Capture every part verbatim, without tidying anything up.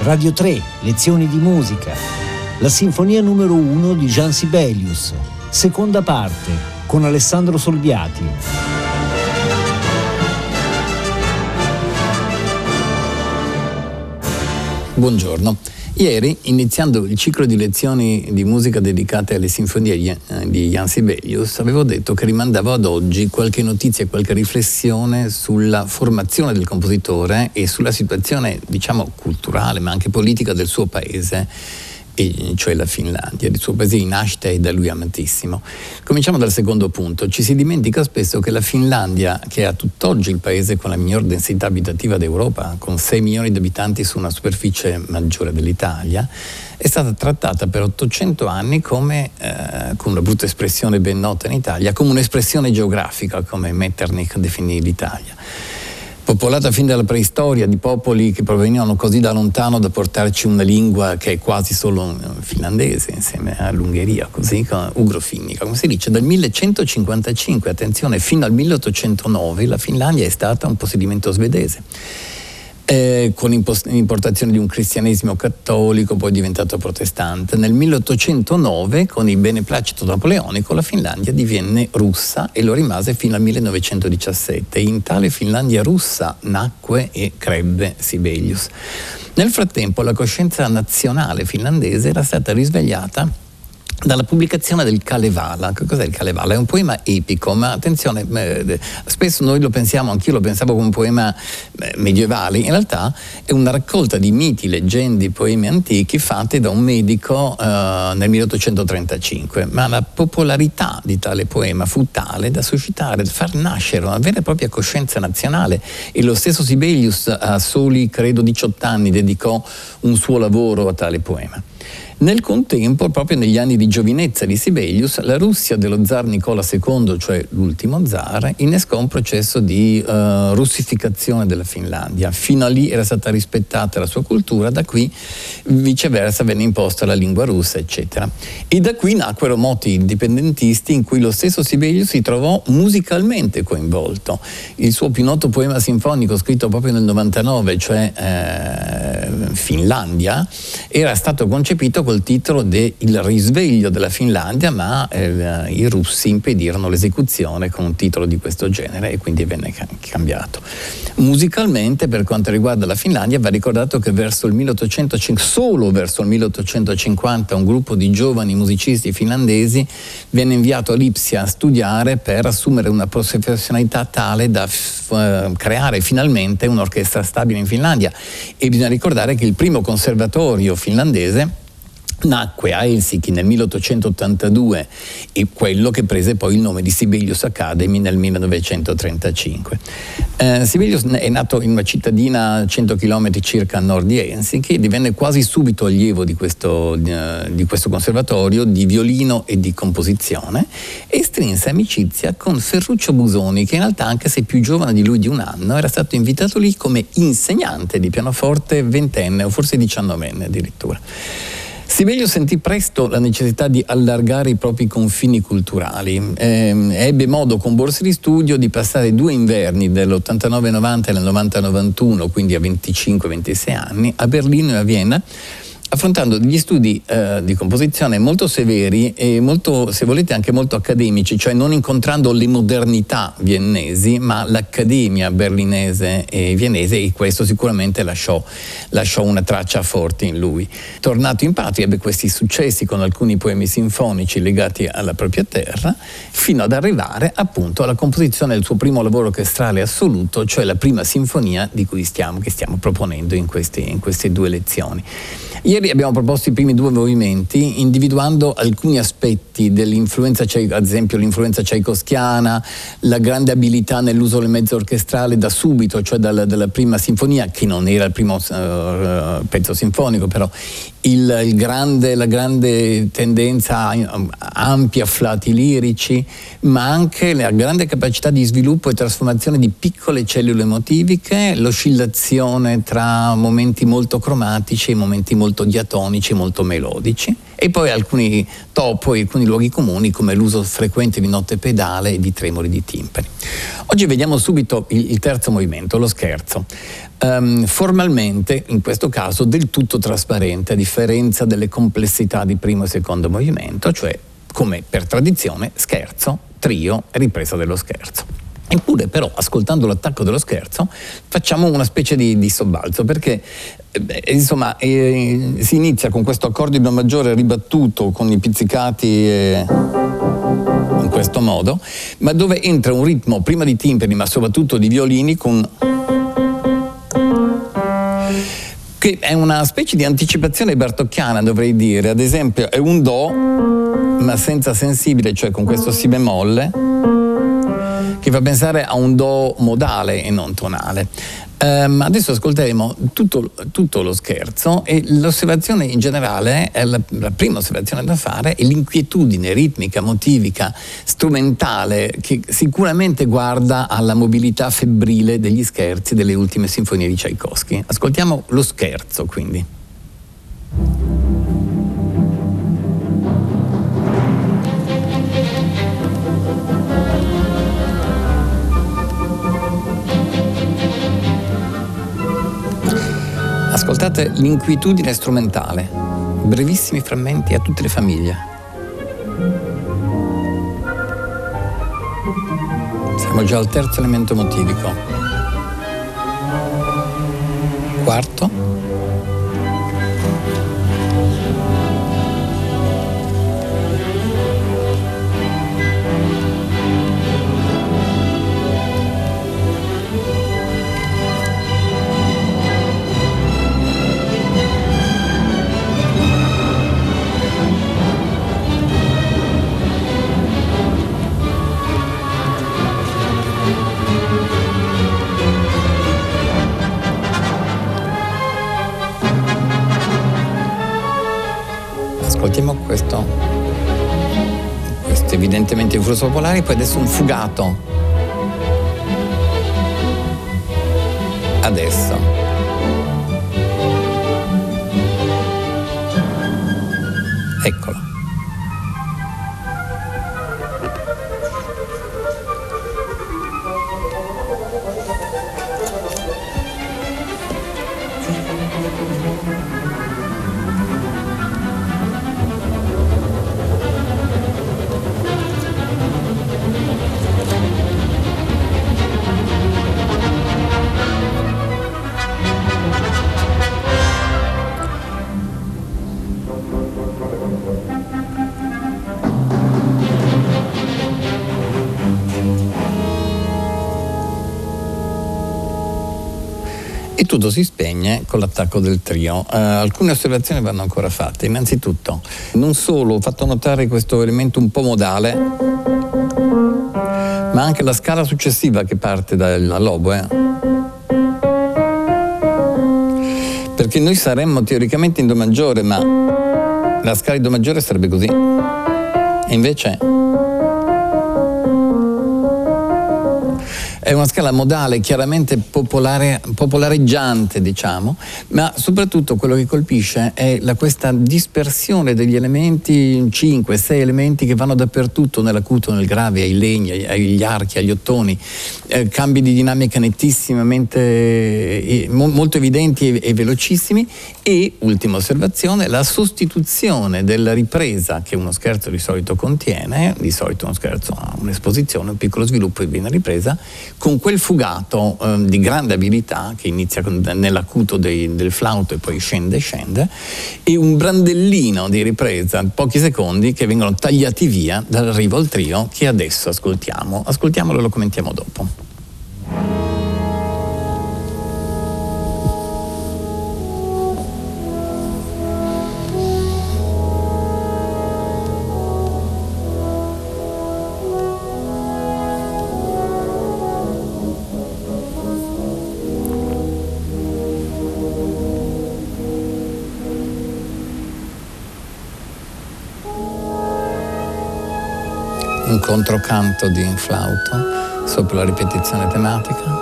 Radio tre, lezioni di musica. La sinfonia numero uno di Jean Sibelius, seconda parte, con Alessandro Solviati. Buongiorno. Ieri, iniziando il ciclo di lezioni di musica dedicate alle sinfonie di Jean Sibelius, avevo detto che rimandavo ad oggi qualche notizia e qualche riflessione sulla formazione del compositore e sulla situazione, diciamo, culturale, ma anche politica del suo paese, e cioè la Finlandia, il suo paese di nascita e da lui amatissimo. Cominciamo dal secondo punto. Ci si dimentica spesso che la Finlandia, che è a tutt'oggi il paese con la minor densità abitativa d'Europa, con sei milioni di abitanti su una superficie maggiore dell'Italia, è stata trattata per ottocento anni come, eh, con una brutta espressione ben nota in Italia, come un'espressione geografica, come Metternich definì l'Italia. Popolata fin dalla preistoria di popoli che provenivano così da lontano da portarci una lingua che è quasi solo finlandese insieme all'Ungheria, così ugrofinnica, come si dice. Dal millecentocinquantacinque, attenzione, fino al milleottocentonove la Finlandia è stata un possedimento svedese. Eh, con l'importazione di un cristianesimo cattolico, poi diventato protestante. Nel milleottocentonove, con il beneplacito napoleonico, la Finlandia divenne russa e lo rimase fino al millenovecentodiciassette. In tale Finlandia russa nacque e crebbe Sibelius. Nel frattempo la coscienza nazionale finlandese era stata risvegliata dalla pubblicazione del Kalevala. Che cos'è il Kalevala? È un poema epico, ma attenzione, eh, spesso noi lo pensiamo, anch'io lo pensavo come un poema eh, medievale, in realtà è una raccolta di miti, leggende, poemi antichi fatti da un medico eh, nel milleottocentotrentacinque, ma la popolarità di tale poema fu tale da suscitare, da far nascere una vera e propria coscienza nazionale, e lo stesso Sibelius a soli, credo, diciotto anni dedicò un suo lavoro a tale poema. Nel contempo, proprio negli anni di giovinezza di Sibelius, la Russia dello zar Nicola secondo, cioè l'ultimo zar, innescò un processo di uh, russificazione della Finlandia. Fino a lì era stata rispettata la sua cultura, da qui viceversa venne imposta la lingua russa, eccetera. E da qui nacquero moti indipendentisti in cui lo stesso Sibelius si trovò musicalmente coinvolto. Il suo più noto poema sinfonico, scritto proprio nel novantanove, cioè eh, Finlandia, era stato concepito col titolo de Il risveglio della Finlandia, ma eh, i russi impedirono l'esecuzione con un titolo di questo genere e quindi venne cambiato. Musicalmente, per quanto riguarda la Finlandia, va ricordato che verso il milleottocentocinquanta, solo verso il milleottocentocinquanta, un gruppo di giovani musicisti finlandesi venne inviato a Lipsia a studiare per assumere una professionalità tale da f- creare finalmente un'orchestra stabile in Finlandia. E bisogna ricordare che il primo conservatorio finlandese nacque a Helsinki nel milleottocentottantadue, e quello che prese poi il nome di Sibelius Academy nel millenovecentotrentacinque. Eh, Sibelius è nato in una cittadina a cento chilometri circa a nord di Helsinki e divenne quasi subito allievo di questo, di, di questo conservatorio di violino e di composizione, e strinse amicizia con Ferruccio Busoni, che in realtà, anche se più giovane di lui di un anno, era stato invitato lì come insegnante di pianoforte ventenne o forse diciannovenne addirittura. Sibelius sentì presto la necessità di allargare i propri confini culturali. Eh, ebbe modo con borse di studio di passare due inverni, dell'ottantanove novanta e del novanta novantuno, quindi a venticinque ventisei anni, a Berlino e a Vienna, affrontando degli studi eh, di composizione molto severi e molto, se volete, anche molto accademici, cioè non incontrando le modernità viennesi, ma l'accademia berlinese e viennese, e questo sicuramente lasciò, lasciò una traccia forte in lui. Tornato in patria, ebbe questi successi con alcuni poemi sinfonici legati alla propria terra, fino ad arrivare appunto alla composizione del suo primo lavoro orchestrale assoluto, cioè la prima sinfonia di cui stiamo, che stiamo proponendo in, questi, in queste due lezioni. Ieri abbiamo proposto i primi due movimenti, individuando alcuni aspetti dell'influenza, ad esempio l'influenza tchaikovskiana, la grande abilità nell'uso del mezzo orchestrale da subito, cioè dalla, dalla prima sinfonia, che non era il primo uh, pezzo sinfonico, però il, il grande, la grande tendenza a ampi afflati lirici, ma anche la grande capacità di sviluppo e trasformazione di piccole cellule motiviche, l'oscillazione tra momenti molto cromatici e momenti molti molto diatonici, molto melodici, e poi alcuni topo e alcuni luoghi comuni come l'uso frequente di notte pedale e di tremoli di timpani. Oggi vediamo subito il, il terzo movimento, lo scherzo. Um, formalmente, in questo caso, del tutto trasparente, a differenza delle complessità di primo e secondo movimento, cioè come per tradizione scherzo, trio e ripresa dello scherzo. Eppure però, ascoltando l'attacco dello scherzo, facciamo una specie di, di sobbalzo, perché eh, insomma eh, si inizia con questo accordo di do maggiore ribattuto con i pizzicati eh, in questo modo, ma dove entra un ritmo prima di timpani ma soprattutto di violini con... che è una specie di anticipazione bartocchiana, dovrei dire. Ad esempio è un do ma senza sensibile, cioè con questo si bemolle, che fa pensare a un do modale e non tonale. Um, adesso ascolteremo tutto, tutto lo scherzo, e l'osservazione in generale, è la, la prima osservazione da fare è l'inquietudine ritmica, motivica, strumentale, che sicuramente guarda alla mobilità febbrile degli scherzi delle ultime sinfonie di Tchaikovsky. Ascoltiamo lo scherzo, quindi. Ascoltate l'inquietudine strumentale, brevissimi frammenti a tutte le famiglie. Siamo già al terzo elemento motivico. Quarto. Ascoltiamo questo, questo evidentemente influsso popolare, poi adesso un fugato. Adesso. Eccolo. E tutto si spegne con l'attacco del trio. Uh, alcune osservazioni vanno ancora fatte. Innanzitutto, non solo ho fatto notare questo elemento un po' modale, ma anche la scala successiva che parte dall'oboe. Perché noi saremmo teoricamente in do maggiore, ma la scala di do maggiore sarebbe così. E invece è una scala modale, chiaramente popolare, popolareggiante, diciamo, ma soprattutto quello che colpisce è la, questa dispersione degli elementi, cinque, sei elementi che vanno dappertutto, nell'acuto, nel grave, ai legni, agli archi, agli ottoni, eh, cambi di dinamica nettissimamente, eh, mo, molto evidenti e, e velocissimi. E, ultima osservazione, la sostituzione della ripresa che uno scherzo di solito contiene, di solito uno scherzo ha un'esposizione, un piccolo sviluppo e viene ripresa, con quel fugato eh, di grande abilità che inizia con, nell'acuto dei, del flauto e poi scende scende, e un brandellino di ripresa, pochi secondi, che vengono tagliati via dall'arrivo al trio che adesso ascoltiamo. Ascoltiamolo e lo commentiamo dopo. Un controcanto di flauto sopra la ripetizione tematica.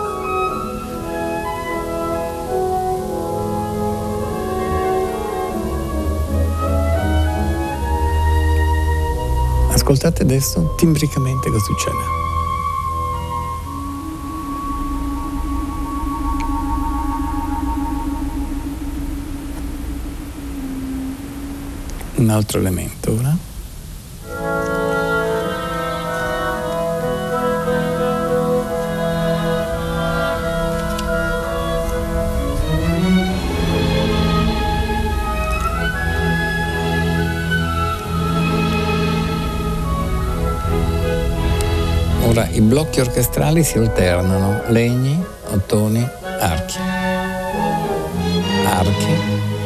Ascoltate adesso timbricamente cosa succede. Un altro elemento ora. Ora i blocchi orchestrali si alternano: legni, ottoni, archi. Archi.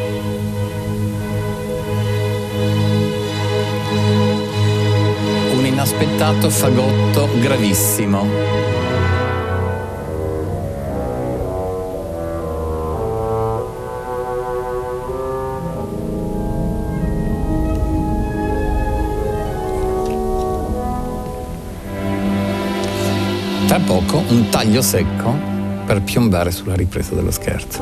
Un inaspettato fagotto gravissimo. Tra poco un taglio secco per piombare sulla ripresa dello scherzo.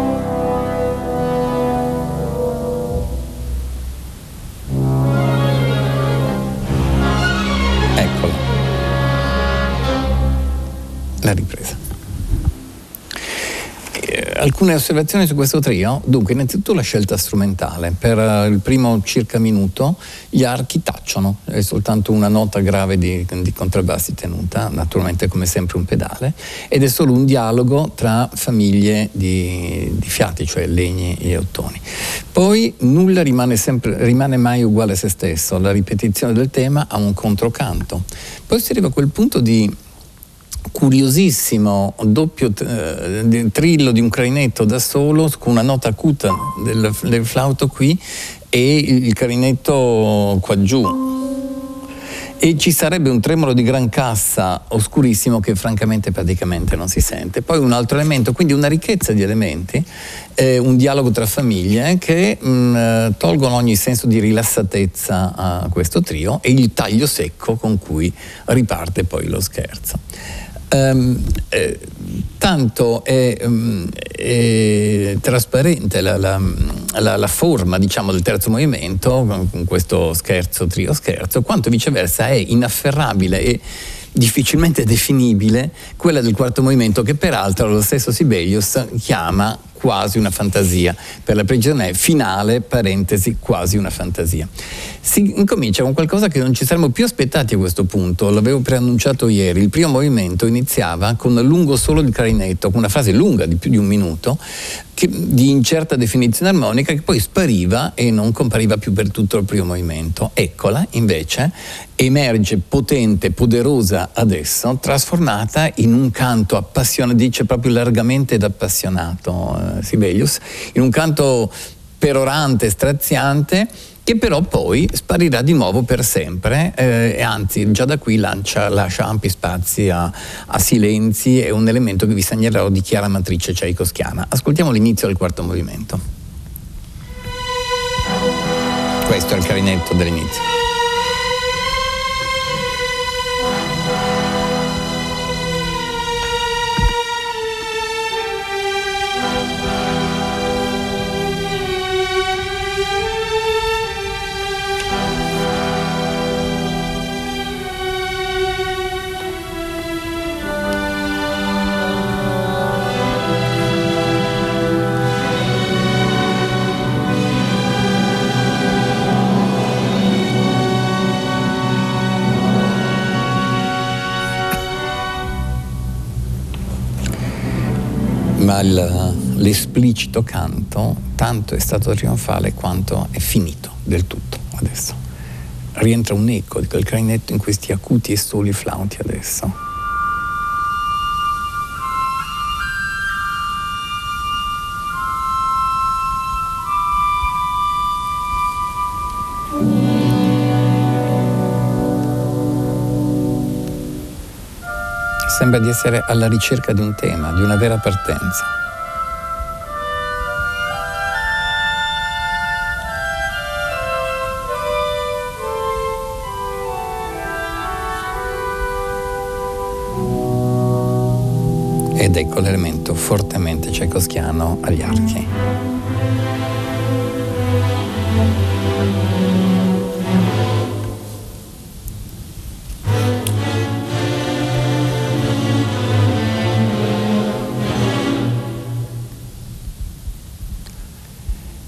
Eccola. La ripresa. Alcune osservazioni su questo trio. Dunque, innanzitutto la scelta strumentale. Per il primo circa minuto gli archi tacciono, è soltanto una nota grave di, di contrabbassi tenuta, naturalmente come sempre un pedale, ed è solo un dialogo tra famiglie di, di fiati, cioè legni e ottoni. Poi nulla rimane, sempre, rimane mai uguale a se stesso, la ripetizione del tema ha un controcanto. Poi si arriva a quel punto di curiosissimo doppio eh, trillo di un clarinetto da solo con una nota acuta del, del flauto qui e il clarinetto qua giù, e ci sarebbe un tremolo di gran cassa oscurissimo che francamente praticamente non si sente. Poi un altro elemento, quindi una ricchezza di elementi, eh, un dialogo tra famiglie che mh, tolgono ogni senso di rilassatezza a questo trio, e il taglio secco con cui riparte poi lo scherzo. Um, eh, tanto è, um, è trasparente la, la, la, la forma, diciamo, del terzo movimento con, con questo scherzo trio scherzo, quanto viceversa è inafferrabile e difficilmente definibile quella del quarto movimento, che peraltro lo stesso Sibelius chiama quasi una fantasia. Per la precisione è finale, parentesi, quasi una fantasia. Si incomincia con qualcosa che non ci saremmo più aspettati a questo punto, l'avevo preannunciato ieri. Il primo movimento iniziava con un lungo solo di clarinetto, con una frase lunga di più di un minuto, che, di incerta definizione armonica, che poi spariva e non compariva più per tutto il primo movimento. Eccola, invece, emerge potente, poderosa adesso, trasformata in un canto appassionato, dice proprio largamente ed appassionato eh, Sibelius, in un canto perorante, straziante, che però poi sparirà di nuovo per sempre, eh, e anzi già da qui lancia, lascia ampi spazi a, a silenzi, è un elemento che vi segnalerò di chiara matrice tchaikovskiana. Ascoltiamo l'inizio del quarto movimento. Questo è il clarinetto dell'inizio. Ma l'esplicito canto tanto è stato trionfale quanto è finito del tutto adesso. Rientra un eco di quel clarinetto in questi acuti e soli flauti adesso. Sembra di essere alla ricerca di un tema, di una vera partenza. Ed ecco l'elemento fortemente tchaikovskiano agli archi.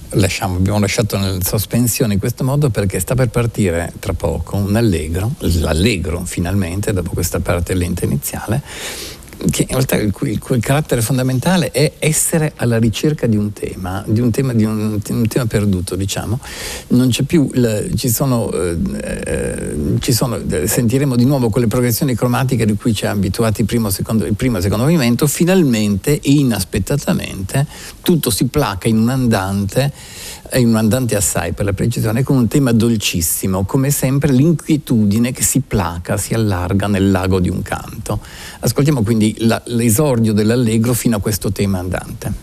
lasciamo, abbiamo lasciato nel sospensione in questo modo perché sta per partire tra poco un allegro, l'allegro finalmente, dopo questa parte lenta iniziale, che in realtà il cui, il cui carattere fondamentale è essere alla ricerca di un tema, di un tema, di un, un tema perduto, diciamo. Non c'è più, il, ci sono, eh, ci sono, sentiremo di nuovo quelle progressioni cromatiche di cui ci ha abituati primo, secondo, il primo e il secondo movimento. Finalmente, inaspettatamente, tutto si placa in un andante, in un andante assai per la precisione, con un tema dolcissimo, come sempre l'inquietudine che si placa, si allarga nel lago di un canto. Ascoltiamo quindi la, l'esordio dell'allegro fino a questo tema andante.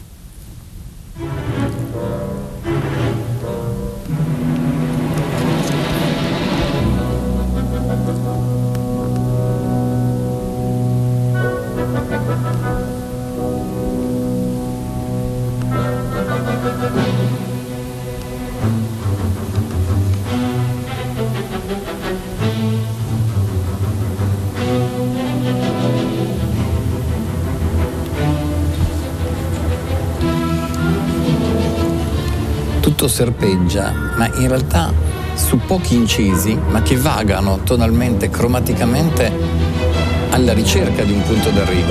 Tutto serpeggia, ma in realtà su pochi incisi, ma che vagano tonalmente, cromaticamente alla ricerca di un punto d'arrivo.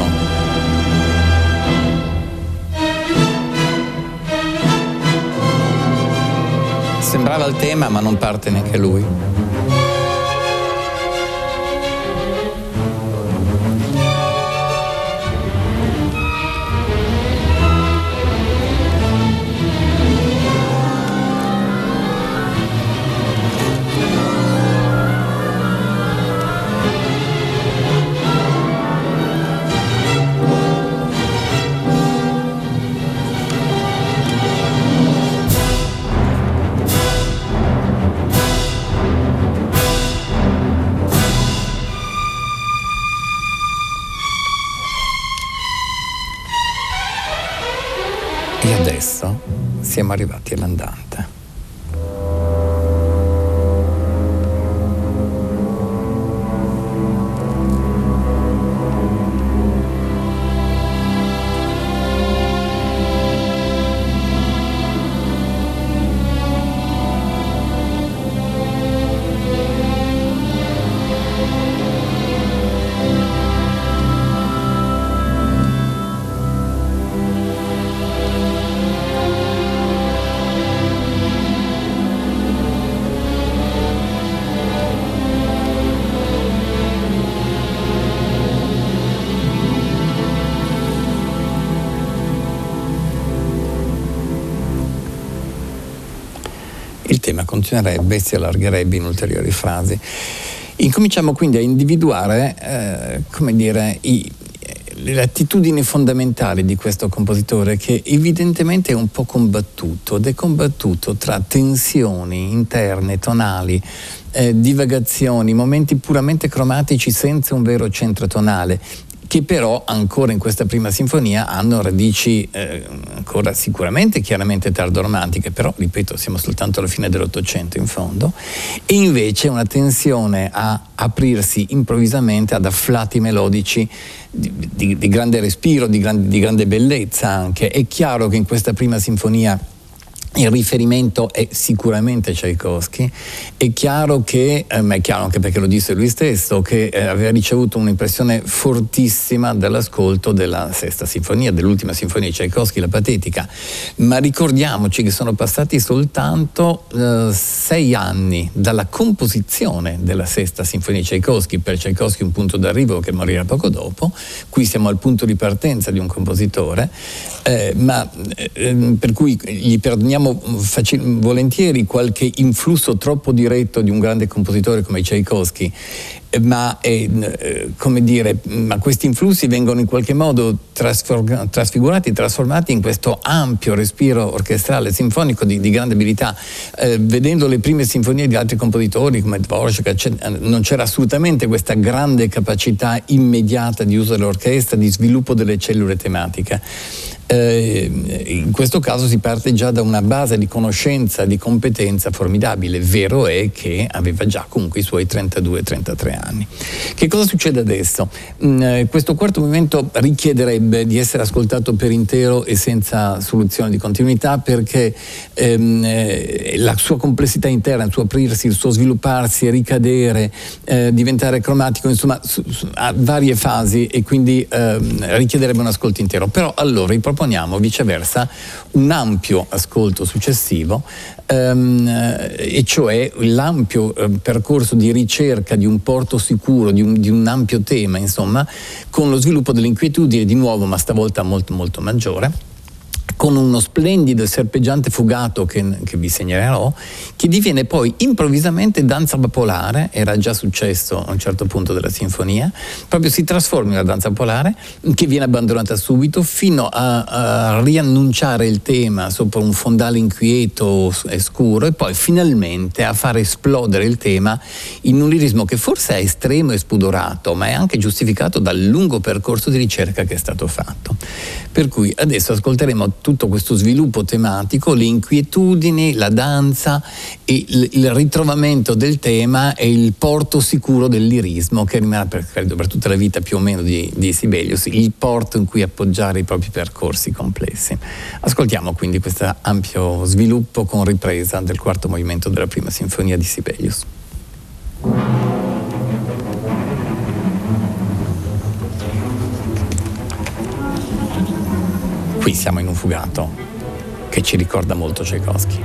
Sembrava il tema, ma non parte neanche lui. E adesso siamo arrivati all'andante. Il tema continuerebbe e si allargherebbe in ulteriori frasi. Incominciamo quindi a individuare, eh, come dire, i, le attitudini fondamentali di questo compositore, che evidentemente è un po' combattuto, ed è combattuto tra tensioni interne, tonali, eh, divagazioni, momenti puramente cromatici senza un vero centro tonale, che però ancora in questa prima sinfonia hanno radici eh, ancora sicuramente chiaramente tardoromantiche, però ripeto siamo soltanto alla fine dell'Ottocento in fondo, e invece una tensione a aprirsi improvvisamente ad afflati melodici di, di, di grande respiro, di, gran, di grande bellezza anche. È chiaro che in questa prima sinfonia il riferimento è sicuramente Tchaikovsky. È chiaro che, eh, ma è chiaro anche perché lo disse lui stesso, che eh, aveva ricevuto un'impressione fortissima dall'ascolto della sesta sinfonia, dell'ultima sinfonia di Tchaikovsky, la Patetica. Ma ricordiamoci che sono passati soltanto eh, sei anni dalla composizione della sesta sinfonia di Tchaikovsky. Per Tchaikovsky un punto d'arrivo che morirà poco dopo. Qui siamo al punto di partenza di un compositore, eh, ma eh, per cui gli perdoniamo Facil- volentieri qualche influsso troppo diretto di un grande compositore come Tchaikovsky, ma, eh, come dire, ma questi influssi vengono in qualche modo trasfor- trasfigurati, trasformati in questo ampio respiro orchestrale sinfonico di, di grande abilità. Eh, vedendo le prime sinfonie di altri compositori come Dvorak, non c'era assolutamente questa grande capacità immediata di uso dell'orchestra, di sviluppo delle cellule tematiche. Eh, in questo caso si parte già da una base di conoscenza, di competenza formidabile. Vero è che aveva già comunque i suoi trentadue trentatré anni. Che cosa succede adesso? Mm, questo quarto movimento richiederebbe di essere ascoltato per intero e senza soluzione di continuità, perché ehm, eh, la sua complessità interna, il suo aprirsi, il suo svilupparsi e ricadere, eh, diventare cromatico, insomma su, su, ha varie fasi e quindi ehm, richiederebbe un ascolto intero. Però allora vi proponiamo viceversa un ampio ascolto successivo, ehm, e cioè l'ampio eh, percorso di ricerca di un porto sicuro, di un, di un ampio tema, insomma, con lo sviluppo dell'inquietudine di nuovo, ma stavolta molto molto maggiore, con uno splendido e serpeggiante fugato che, che vi segnalerò, che diviene poi improvvisamente danza popolare. Era già successo a un certo punto della sinfonia, proprio si trasforma in una danza popolare che viene abbandonata subito, fino a, a riannunciare il tema sopra un fondale inquieto e scuro, e poi finalmente a far esplodere il tema in un lirismo che forse è estremo e spudorato, ma è anche giustificato dal lungo percorso di ricerca che è stato fatto. Per cui adesso ascolteremo tutto questo sviluppo tematico, le inquietudini, la danza e il, il ritrovamento del tema e il porto sicuro del lirismo, che rimarrà per, credo, per tutta la vita più o meno di, di Sibelius, il porto in cui appoggiare i propri percorsi complessi. Ascoltiamo quindi questo ampio sviluppo con ripresa del quarto movimento della prima sinfonia di Sibelius. Qui siamo in un fugato che ci ricorda molto Tchaikovsky.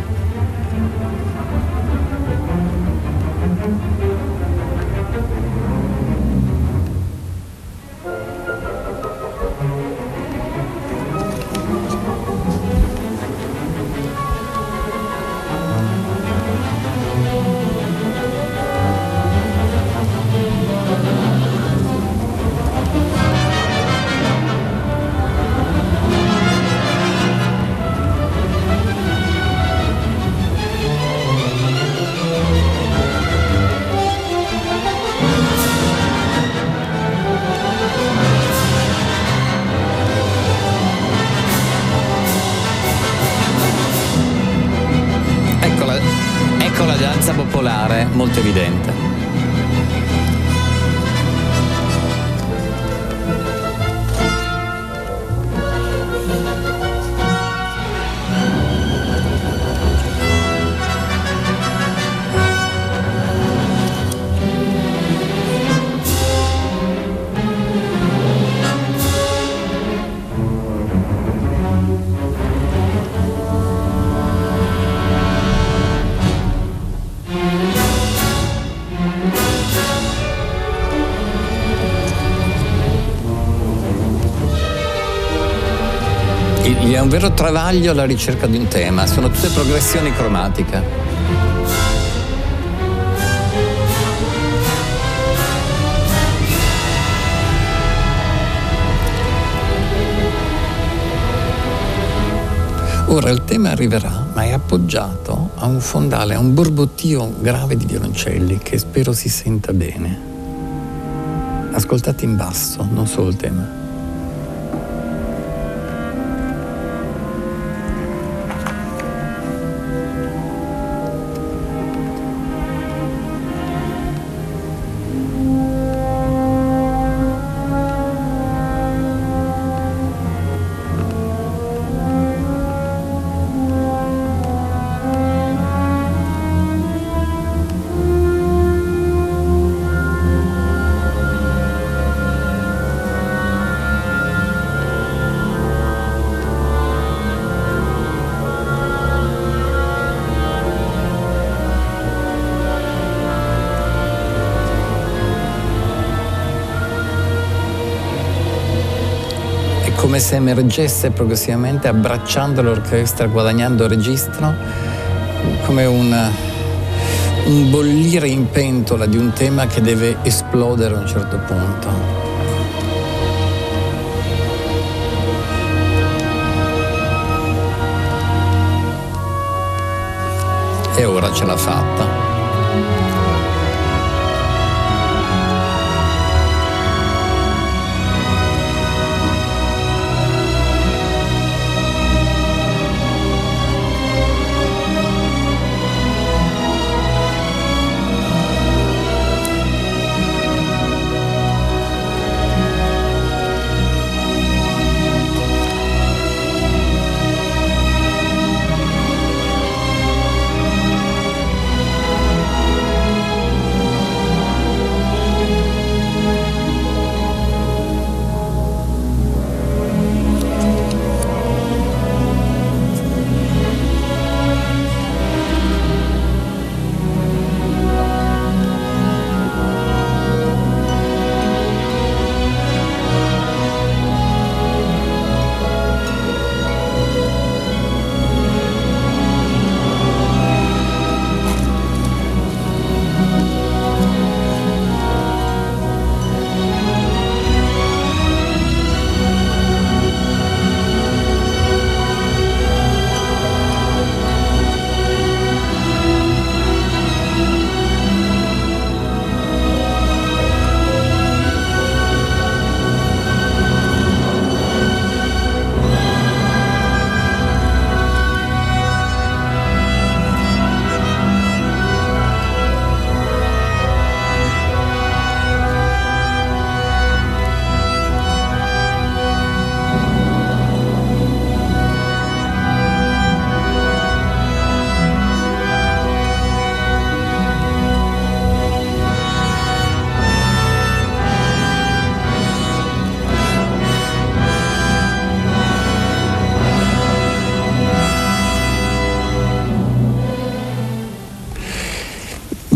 Popolare molto evidente. È un vero travaglio alla ricerca di un tema, sono tutte progressioni cromatiche. Ora il tema arriverà, ma è appoggiato a un fondale, a un borbottio grave di violoncelli che spero si senta bene. Ascoltate in basso, non solo il tema. Come se emergesse progressivamente, abbracciando l'orchestra, guadagnando registro, come un, un bollire in pentola di un tema che deve esplodere a un certo punto. E ora ce l'ha fatta.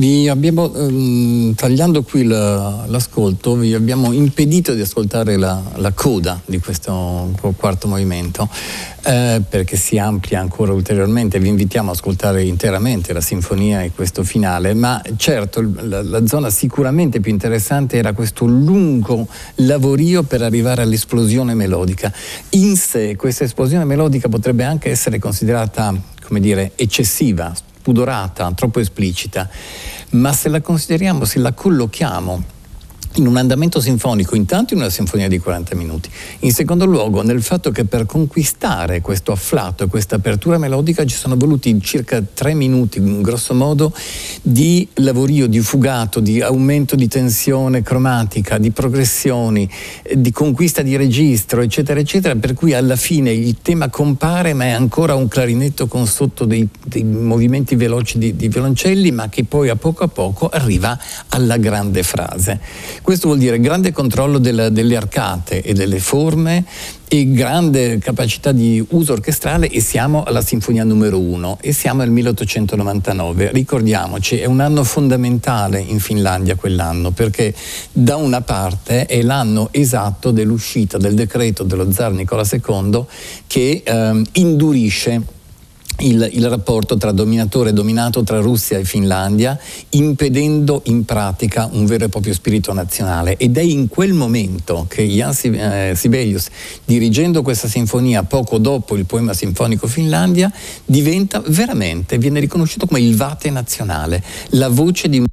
Vi abbiamo, ehm, tagliando qui la, l'ascolto, vi abbiamo impedito di ascoltare la, la coda di questo quarto movimento, eh, perché si amplia ancora ulteriormente. Vi invitiamo ad ascoltare interamente la sinfonia e questo finale, ma certo la, la zona sicuramente più interessante era questo lungo lavorio per arrivare all'esplosione melodica. In sé questa esplosione melodica potrebbe anche essere considerata, come dire, eccessiva, spudorata, troppo esplicita, ma se la consideriamo, se la collochiamo in un andamento sinfonico, intanto in una sinfonia di quaranta minuti, in secondo luogo nel fatto che per conquistare questo afflato e questa apertura melodica ci sono voluti circa tre minuti, grosso modo, di lavorio, di fugato, di aumento di tensione cromatica, di progressioni, di conquista di registro, eccetera, eccetera, per cui alla fine il tema compare, ma è ancora un clarinetto con sotto dei, dei movimenti veloci di, di violoncelli, ma che poi a poco a poco arriva alla grande frase. Questo vuol dire grande controllo della, delle arcate e delle forme e grande capacità di uso orchestrale, e siamo alla sinfonia numero uno e siamo nel milleottocentonovantanove. Ricordiamoci, è un anno fondamentale in Finlandia quell'anno, perché da una parte è l'anno esatto dell'uscita del decreto dello zar Nicola secondo che ehm, indurisce Il, il rapporto tra dominatore e dominato, tra Russia e Finlandia, impedendo in pratica un vero e proprio spirito nazionale. Ed è in quel momento che Jan eh, Sibelius, dirigendo questa sinfonia poco dopo il poema sinfonico Finlandia, diventa veramente, viene riconosciuto come il vate nazionale, la voce di...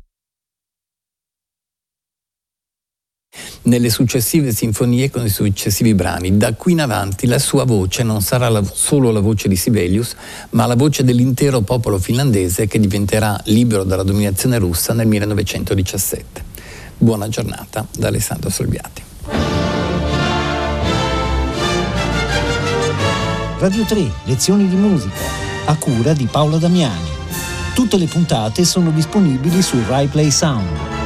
Nelle successive sinfonie con i successivi brani. Da qui in avanti la sua voce non sarà la, solo la voce di Sibelius, ma la voce dell'intero popolo finlandese, che diventerà libero dalla dominazione russa nel millenovecentodiciassette. Buona giornata da Alessandro Solbiati. Radio tre, lezioni di musica, a cura di Paolo Damiani. Tutte le puntate sono disponibili su Rai Play Sound.